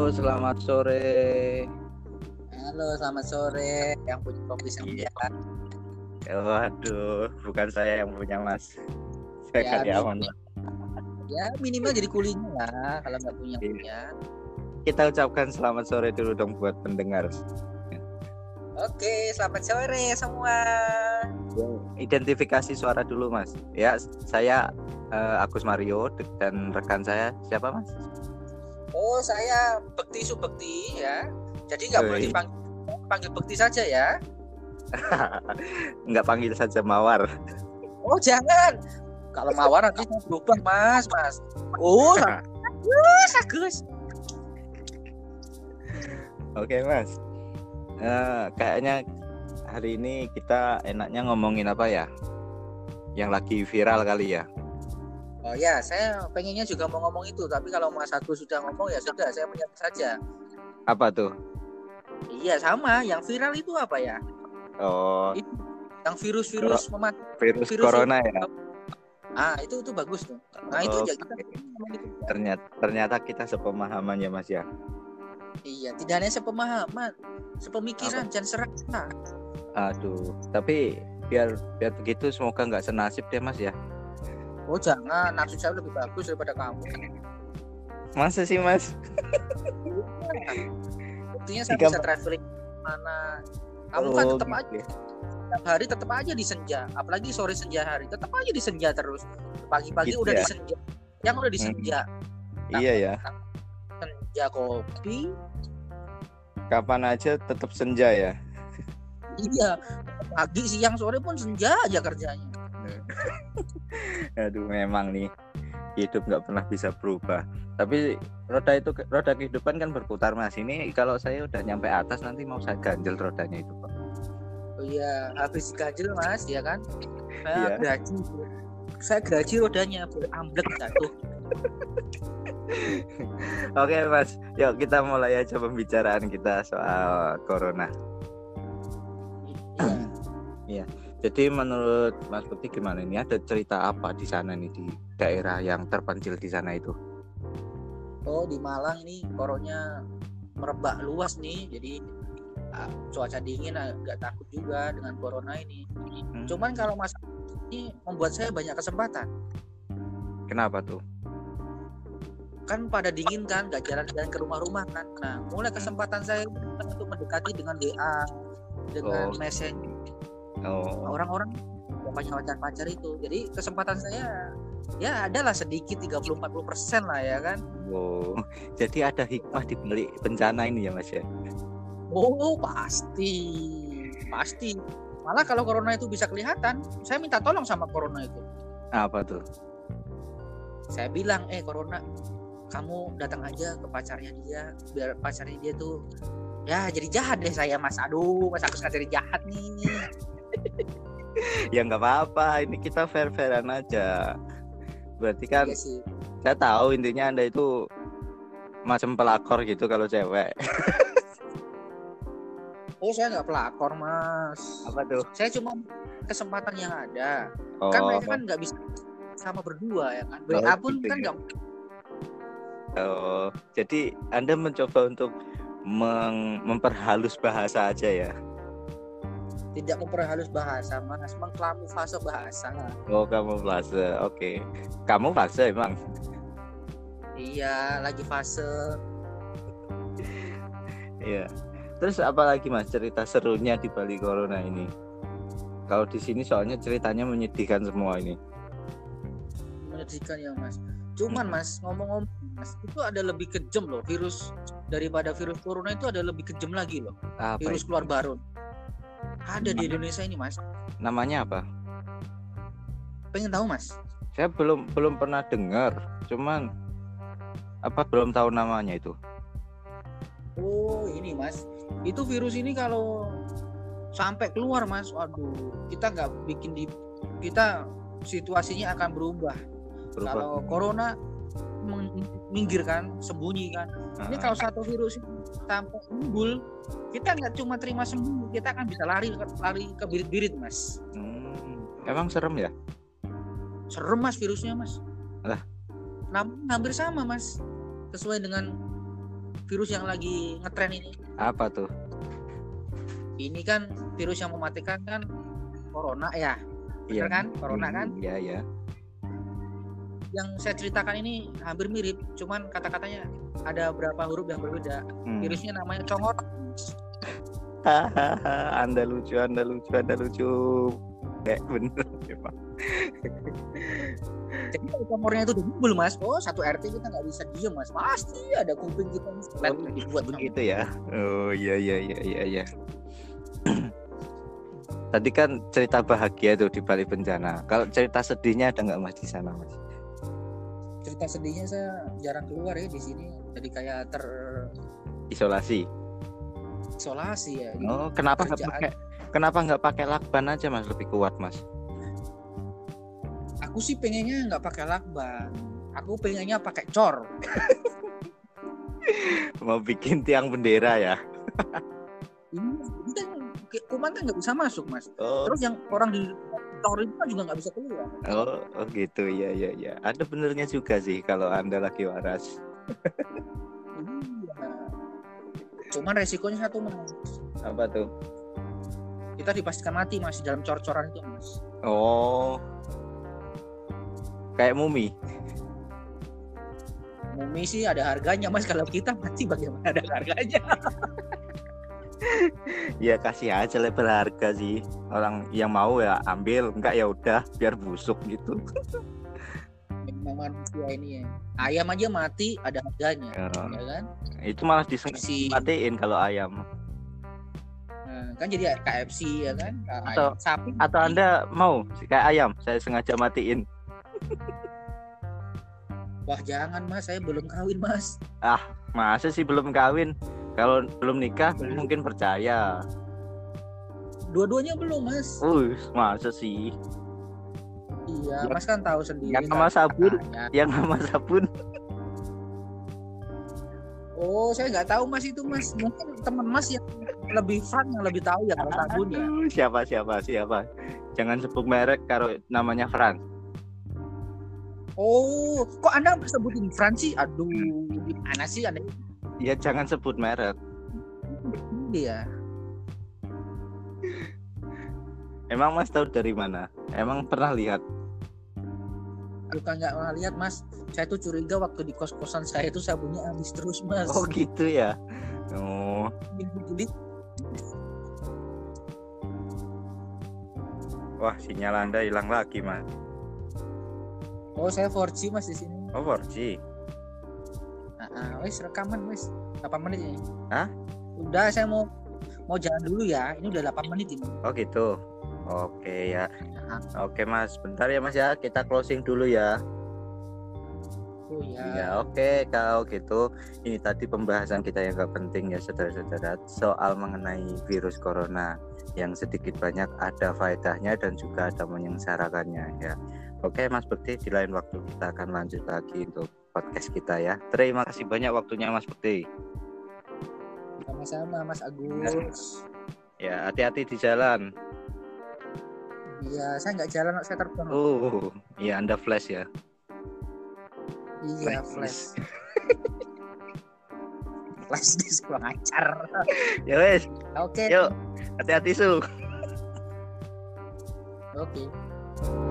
selamat sore. Halo, selamat sore yang punya kopi senja. Waduh, bukan saya yang punya, Mas. Saya Ya, karyawan. Ya minimal jadi kulinya lah kalau nggak punya. Kita ucapkan selamat sore dulu dong buat pendengar. Oke, selamat sore semua. Identifikasi suara dulu, Mas. Ya, saya Agus Mario dan rekan saya siapa, Mas? Oh, saya Bekti Subekti ya. Jadi nggak boleh dipanggil Bekti saja ya. Nggak panggil saja Mawar. Oh, jangan. Kalau Mawar nanti saya berubah, Mas. Oh, Agus. Oke, Mas. Kayaknya hari ini kita enaknya ngomongin apa ya? Yang lagi viral kali ya? Oh ya, saya pengennya juga mau ngomong itu, tapi kalau Mas Agus sudah ngomong ya sudah, saya menyambut saja. Apa tuh? Iya sama, yang viral itu apa ya? Oh, Itu, yang virus virus corona ya. Itu bagus tuh. Nah itu aja kita ngomong itu. Ternyata kita sepemahaman ya, Mas ya. Iya, tidak hanya sepemahaman, sepemikiran, jangan serak. Aduh, tapi biar begitu semoga nggak senasib deh, Mas ya. Oh jangan, nafsu saya lebih bagus daripada kamu. Masa sih, Mas? Buktinya saya bisa traveling mana. Kamu kan tetap aja setiap hari tetap aja di senja, apalagi sore senja hari tetap aja di senja terus. Pagi-pagi gitu udah ya? di senja, yang udah di senja. Iya ya. Senja kopi. Kapan aja tetap senja ya. Iya, pagi, siang, sore pun senja aja kerjanya. Aduh, memang nih hidup nggak pernah bisa berubah. Tapi roda kehidupan kan berputar, Mas. Ini kalau saya udah nyampe atas nanti mau saya ganjel rodanya itu, Pak. Oh iya, habis ganjel, Mas, ya kan? Iya. Saya gaji rodanya beramblek jatuh. Oke, Mas. Yuk kita mulai aja pembicaraan kita soal corona. Iya. Jadi menurut Mas Putih gimana ini? Ada cerita apa di sana nih, di daerah yang terpencil di sana itu? Oh, di Malang ini koronanya merebak luas nih. Jadi cuaca dingin agak takut juga dengan corona ini. Cuman kalau Mas ini membuat saya banyak kesempatan. Kenapa tuh? Kan pada dingin kan, gak jalan-jalan ke rumah-rumah kan. Nah, mulai kesempatan saya untuk mendekati dengan WA, dengan Messenger. Orang-orang pacar-pacar itu. Jadi kesempatan saya ya adalah sedikit 30-40% lah ya kan. Jadi ada hikmah di balik bencana ini ya, Mas ya. Oh, pasti. Malah kalau corona itu bisa kelihatan, saya minta tolong sama corona itu. Apa tuh? Saya bilang, corona, kamu datang aja ke pacarnya dia, biar pacarnya dia tuh ya jadi jahat deh saya, Mas. Aduh, Mas Agus kan jadi jahat nih. Ya nggak apa-apa, ini kita fair-fairan aja. Berarti kan iya sih. Saya tahu intinya Anda itu macam pelakor gitu kalau cewek. Oh, saya nggak pelakor, Mas. Apa tuh? Saya cuma kesempatan yang ada. Kan mereka kan nggak bisa sama berdua ya kan. WA pun gitu kan nggak. Jadi Anda mencoba untuk memperhalus bahasa aja ya? Tidak memperhalus bahasa, Mas, mengkamuflase bahasa. Oh, kamuflase, oke. Kamu fase emang? Iya, lagi fase. Iya. Terus apa lagi, Mas, cerita serunya di balik corona ini? Kalau di sini soalnya ceritanya menyedihkan semua ini. Menyedihkan ya, Mas. Cuman Mas, ngomong-ngomong, Mas, itu ada lebih kejam loh virus daripada virus corona itu ada lebih kejam lagi loh. Apa virus itu? Keluar baru. Ada di Indonesia ini, Mas. Namanya apa? Pengen tahu, Mas? Saya belum pernah dengar, cuman belum tahu namanya itu. Oh, ini, Mas. Itu virus ini kalau sampai keluar, Mas, waduh, kita nggak kita situasinya akan berubah. Kalau corona minggir kan, sembunyi kan. Ini kalau satu virus sampai timbul, kita nggak cuma terima sembuh, kita akan bisa lari ke birit-birit, Mas. Emang serem ya? Serem, Mas, virusnya, Mas. Lah, hampir sama, Mas. Sesuai dengan virus yang lagi ngetren ini. Apa tuh? Ini kan virus yang mematikan kan corona ya. Bener kan? Corona kan? Iya, ya. Yang saya ceritakan ini hampir mirip, cuman kata-katanya ada beberapa huruf yang berbeda. Virusnya namanya congor. Hahaha, Anda lucu. Kayak bener ya, Pak. Jadi kalau congornya itu double, Mas. Oh, satu RT kita nggak bisa diem, Mas. Pasti ada kuping kita dibuat begitu ya. Oh iya. Tadi kan cerita bahagia tuh di balik bencana. Kalau cerita sedihnya ada nggak Mas di sana, Mas? Cerita sedihnya saya jarang keluar ya di sini. Jadi kayak isolasi ya. Oh, kenapa nggak pakai lakban aja, Mas? Lebih kuat, Mas. Aku sih pengennya nggak pakai lakban. Aku pengennya pakai cor. Mau bikin tiang bendera ya? Ini kan kuman kan nggak bisa masuk, Mas. Oh. Terus yang orang di cor itu kan juga nggak bisa keluar. Oh gitu, ya. Ada benernya juga sih kalau Anda lagi waras. Cuman resikonya satu, Mas. Apa tuh? Kita dipastikan mati, Mas, dalam cor-coran itu, Mas. Oh, kayak mumi. Mumi sih ada harganya, Mas. Kalau kita mati bagaimana ada harganya? Ya kasih aja lah berharga sih. Orang yang mau ya ambil, enggak ya udah biar busuk gitu. Memang manusia ini ya. Ayam aja mati ada harganya, ya kan? Itu malah dimatiin kalau ayam. Nah, kan jadi KFC ya kan? Atau sapi. Atau Anda mau kayak ayam, saya sengaja matiin. Wah jangan, Mas, saya belum kawin, Mas. Masa sih belum kawin? Kalau belum nikah mungkin percaya. Dua-duanya belum, Mas. Masa sih? Iya, Mas kan tahu sendiri. Yang sama sabun. Oh, saya nggak tahu, Mas, itu, Mas. Mungkin teman Mas yang lebih frank, yang lebih tahu ya kalau sabun ya. Siapa? Jangan sebut merek kalau namanya Fran. Oh, kok Anda sebutin Fran sih? Aduh, gimana sih Anda? Ya jangan sebut merek. Iya. Emang Mas tahu dari mana? Emang pernah lihat? Bukan nggak pernah lihat, Mas. Saya tuh curiga waktu di kos-kosan saya tuh sabunnya habis terus, Mas. Oh gitu ya. Oh. Jadi wah, sinyal Anda hilang lagi, Mas. Oh, saya 4G, Mas, di sini. Oh, 4G. Wes rekaman, wes 8 menit ini. Hah? Udah, saya mau jalan dulu ya. Ini udah 8 menit ini. Oh gitu. Oke ya. Oke, Mas, bentar ya, Mas ya. Kita closing dulu ya. Oh ya. Ya, oke, kalau gitu ini tadi pembahasan kita yang gak penting ya, saudara-saudara, soal mengenai virus corona yang sedikit banyak ada faedahnya dan juga ada menyengsarakannya ya. Oke, Mas Bekti, di lain waktu kita akan lanjut lagi untuk podcast kita ya. Terima kasih banyak waktunya, Mas Bekti. Sama-sama, Mas Agus. Ya, hati-hati di jalan. Iya, saya nggak jalan, saya terbang. Iya, Anda flash ya. Iya, flash. Flash disk kurang ajar. Ya wes. Oke. Yuk, hati-hati Su. Oke.